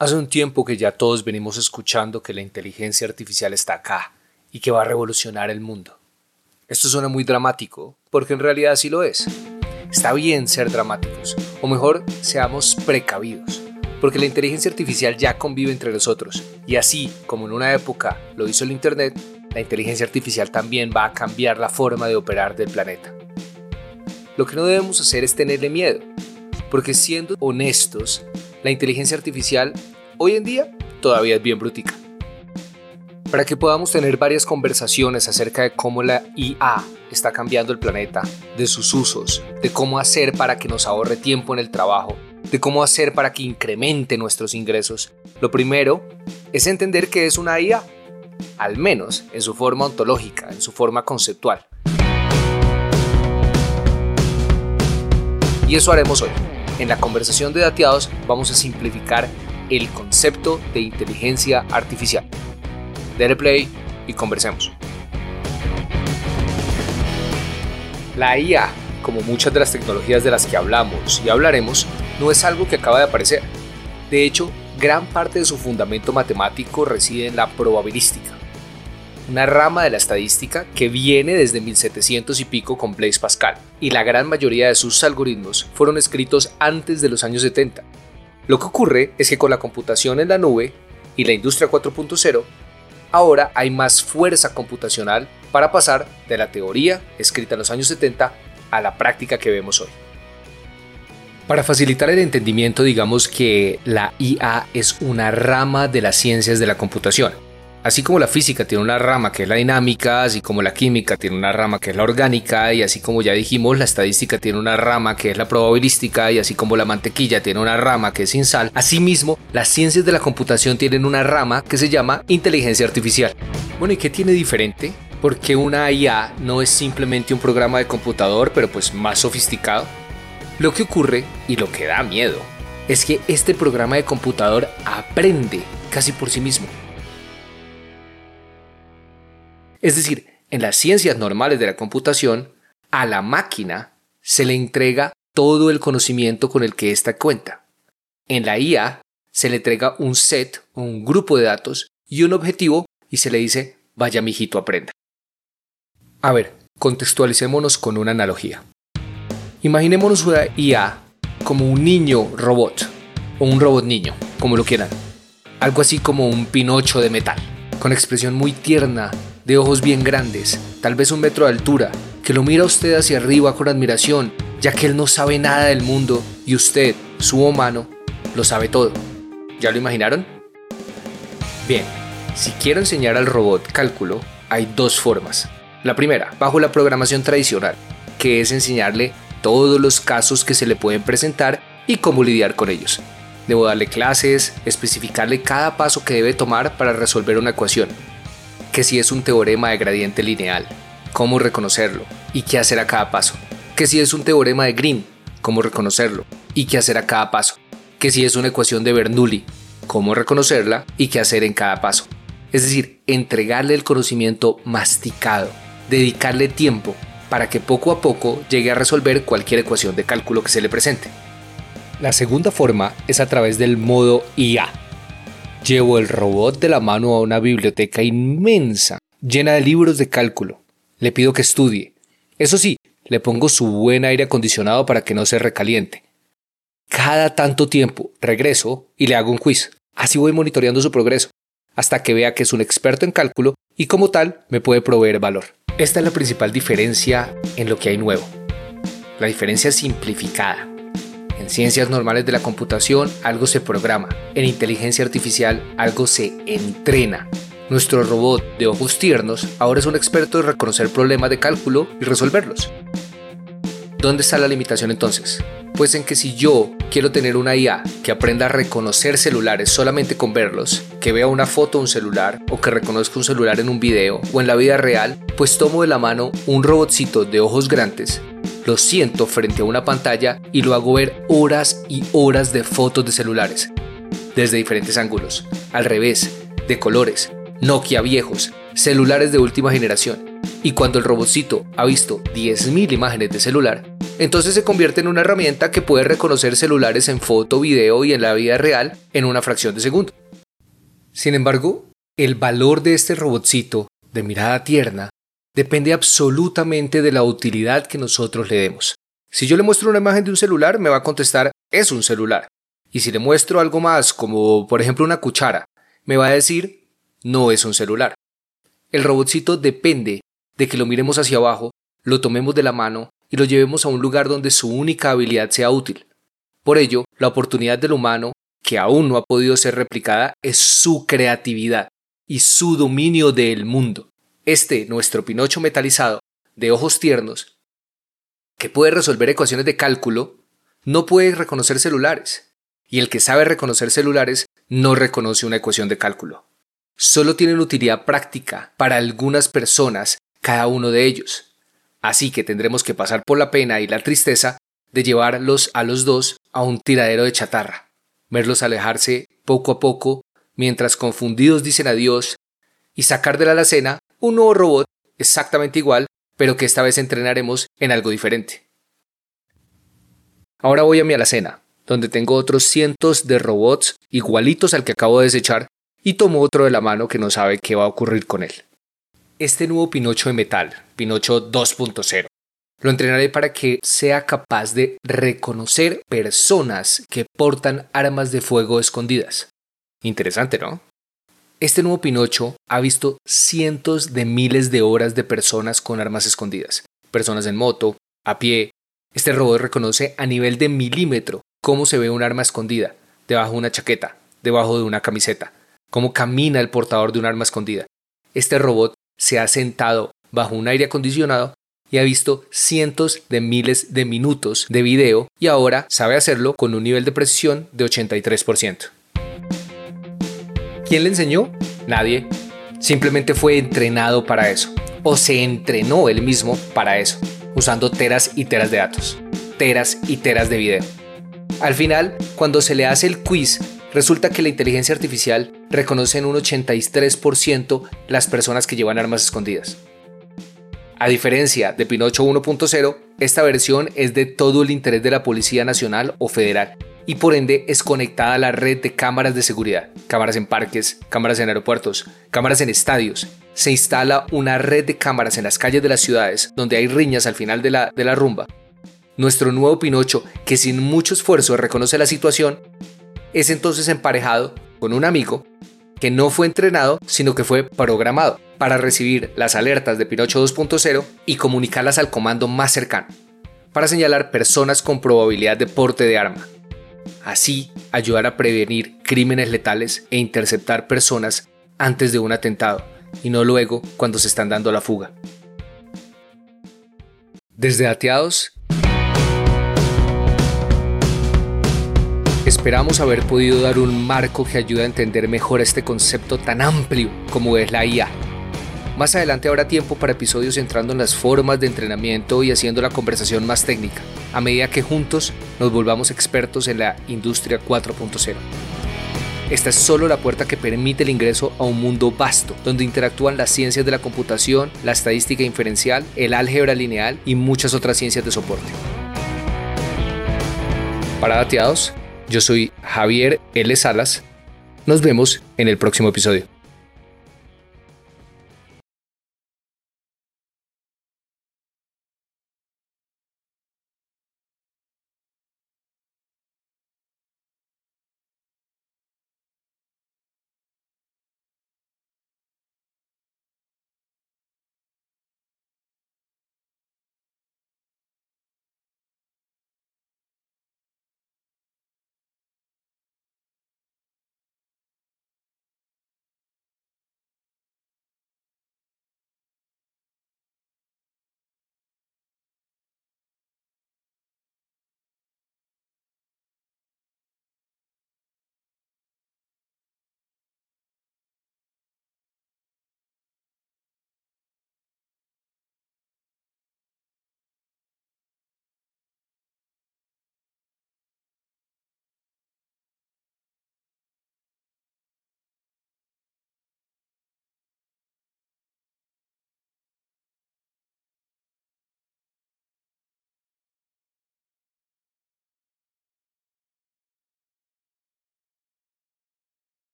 Hace un tiempo que ya todos venimos escuchando que la inteligencia artificial está acá y que va a revolucionar el mundo. Esto suena muy dramático, porque en realidad así lo es. Está bien ser dramáticos, o mejor, seamos precavidos, porque la inteligencia artificial ya convive entre nosotros, y así como en una época lo hizo el Internet, la inteligencia artificial también va a cambiar la forma de operar del planeta. Lo que no debemos hacer es tenerle miedo, porque siendo honestos, la inteligencia artificial hoy en día todavía es bien brutica. Para que podamos tener varias conversaciones acerca de cómo la IA está cambiando el planeta, de sus usos, de cómo hacer para que nos ahorre tiempo en el trabajo, de cómo hacer para que incremente nuestros ingresos, lo primero es entender qué es una IA, al menos en su forma ontológica, en su forma conceptual. Y eso haremos hoy. En la conversación de Dateados vamos a simplificar el concepto de inteligencia artificial. Dale play y conversemos. La IA, como muchas de las tecnologías de las que hablamos y hablaremos, no es algo que acaba de aparecer. De hecho, gran parte de su fundamento matemático reside en la probabilística, una rama de la estadística que viene desde 1700 y pico con Blaise Pascal, y la gran mayoría de sus algoritmos fueron escritos antes de los años 70. Lo que ocurre es que con la computación en la nube y la industria 4.0, ahora hay más fuerza computacional para pasar de la teoría escrita en los años 70 a la práctica que vemos hoy. Para facilitar el entendimiento, digamos que la IA es una rama de las ciencias de la computación. Así como la física tiene una rama que es la dinámica, así como la química tiene una rama que es la orgánica, y así como ya dijimos, la estadística tiene una rama que es la probabilística, y así como la mantequilla tiene una rama que es sin sal, asimismo, las ciencias de la computación tienen una rama que se llama inteligencia artificial. Bueno, ¿y qué tiene diferente? Porque una IA no es simplemente un programa de computador, pero pues más sofisticado. Lo que ocurre, y lo que da miedo, es que este programa de computador aprende casi por sí mismo. Es decir, en las ciencias normales de la computación, a la máquina se le entrega todo el conocimiento con el que ésta cuenta. En la IA se le entrega un set, un grupo de datos y un objetivo y se le dice, vaya mijito, aprenda. A ver, contextualicémonos con una analogía. Imaginémonos una IA como un niño robot, o un robot niño, como lo quieran. Algo así como un Pinocho de metal, con expresión muy tierna, de ojos bien grandes, tal vez 1 metro de altura, que lo mira a usted hacia arriba con admiración, ya que él no sabe nada del mundo y usted, su humano, lo sabe todo. ¿Ya lo imaginaron? Bien, si quiero enseñar al robot cálculo, hay 2 formas. La primera, bajo la programación tradicional, que es enseñarle todos los casos que se le pueden presentar y cómo lidiar con ellos. Debo darle clases, especificarle cada paso que debe tomar para resolver una ecuación. Que si es un teorema de gradiente lineal, cómo reconocerlo y qué hacer a cada paso. Que si es un teorema de Green, cómo reconocerlo y qué hacer a cada paso. Que si es una ecuación de Bernoulli, cómo reconocerla y qué hacer en cada paso. Es decir, entregarle el conocimiento masticado, dedicarle tiempo para que poco a poco llegue a resolver cualquier ecuación de cálculo que se le presente. La segunda forma es a través del modo IA. Llevo el robot de la mano a una biblioteca inmensa, llena de libros de cálculo. Le pido que estudie. Eso sí, le pongo su buen aire acondicionado para que no se recaliente. Cada tanto tiempo regreso y le hago un quiz. Así voy monitoreando su progreso, hasta que vea que es un experto en cálculo y como tal me puede proveer valor. Esta es la principal diferencia en lo que hay nuevo. La diferencia simplificada. En ciencias normales de la computación, algo se programa. En inteligencia artificial, algo se entrena. Nuestro robot de ojos tiernos ahora es un experto en reconocer problemas de cálculo y resolverlos. ¿Dónde está la limitación entonces? Pues en que si yo quiero tener una IA que aprenda a reconocer celulares solamente con verlos, que vea una foto de un celular o que reconozca un celular en un video o en la vida real, pues tomo de la mano un robotcito de ojos grandes, lo siento frente a una pantalla y lo hago ver horas y horas de fotos de celulares, desde diferentes ángulos, al revés, de colores, Nokia viejos, celulares de última generación. Y cuando el robotcito ha visto 10.000 imágenes de celular, entonces se convierte en una herramienta que puede reconocer celulares en foto, video y en la vida real en una fracción de segundo. Sin embargo, el valor de este robotcito de mirada tierna depende absolutamente de la utilidad que nosotros le demos. Si yo le muestro una imagen de un celular, me va a contestar, es un celular. Y si le muestro algo más, como por ejemplo una cuchara, me va a decir, no es un celular. El robotcito depende de que lo miremos hacia abajo, lo tomemos de la mano y lo llevemos a un lugar donde su única habilidad sea útil. Por ello, la oportunidad del humano, que aún no ha podido ser replicada, es su creatividad y su dominio del mundo. Nuestro Pinocho metalizado, de ojos tiernos, que puede resolver ecuaciones de cálculo, no puede reconocer celulares. Y el que sabe reconocer celulares no reconoce una ecuación de cálculo. Solo tienen utilidad práctica para algunas personas, cada uno de ellos. Así que tendremos que pasar por la pena y la tristeza de llevarlos a los dos a un tiradero de chatarra, verlos alejarse poco a poco mientras confundidos dicen adiós y sacar de la alacena un nuevo robot exactamente igual, pero que esta vez entrenaremos en algo diferente. Ahora voy a mi alacena, donde tengo otros cientos de robots igualitos al que acabo de desechar y tomo otro de la mano que no sabe qué va a ocurrir con él. Este nuevo Pinocho de metal, Pinocho 2.0, lo entrenaré para que sea capaz de reconocer personas que portan armas de fuego escondidas. Interesante, ¿no? Este nuevo Pinocho ha visto cientos de miles de horas de personas con armas escondidas. Personas en moto, a pie. Este robot reconoce a nivel de milímetro cómo se ve un arma escondida, debajo de una chaqueta, debajo de una camiseta, cómo camina el portador de un arma escondida. Este robot se ha sentado bajo un aire acondicionado y ha visto cientos de miles de minutos de video y ahora sabe hacerlo con un nivel de precisión de 83%. ¿Quién le enseñó? Nadie. Simplemente fue entrenado para eso. O se entrenó él mismo para eso, usando teras y teras de datos, teras y teras de video. Al final, cuando se le hace el quiz, resulta que la inteligencia artificial reconoce en un 83% las personas que llevan armas escondidas. A diferencia de Pinocho 1.0, esta versión es de todo el interés de la Policía Nacional o Federal y por ende es conectada a la red de cámaras de seguridad, cámaras en parques, cámaras en aeropuertos, cámaras en estadios. Se instala una red de cámaras en las calles de las ciudades donde hay riñas al final de la rumba. Nuestro nuevo Pinocho, que sin mucho esfuerzo reconoce la situación, es entonces emparejado con un amigo que no fue entrenado, sino que fue programado para recibir las alertas de Pinocho 2.0 y comunicarlas al comando más cercano, para señalar personas con probabilidad de porte de arma. Así, ayudar a prevenir crímenes letales e interceptar personas antes de un atentado, y no luego cuando se están dando la fuga. Desde Dateados, esperamos haber podido dar un marco que ayude a entender mejor este concepto tan amplio como es la IA. Más adelante habrá tiempo para episodios entrando en las formas de entrenamiento y haciendo la conversación más técnica, a medida que juntos nos volvamos expertos en la industria 4.0. Esta es solo la puerta que permite el ingreso a un mundo vasto, donde interactúan las ciencias de la computación, la estadística inferencial, el álgebra lineal y muchas otras ciencias de soporte. Para Dateados, yo soy Javier L. Salas. Nos vemos en el próximo episodio.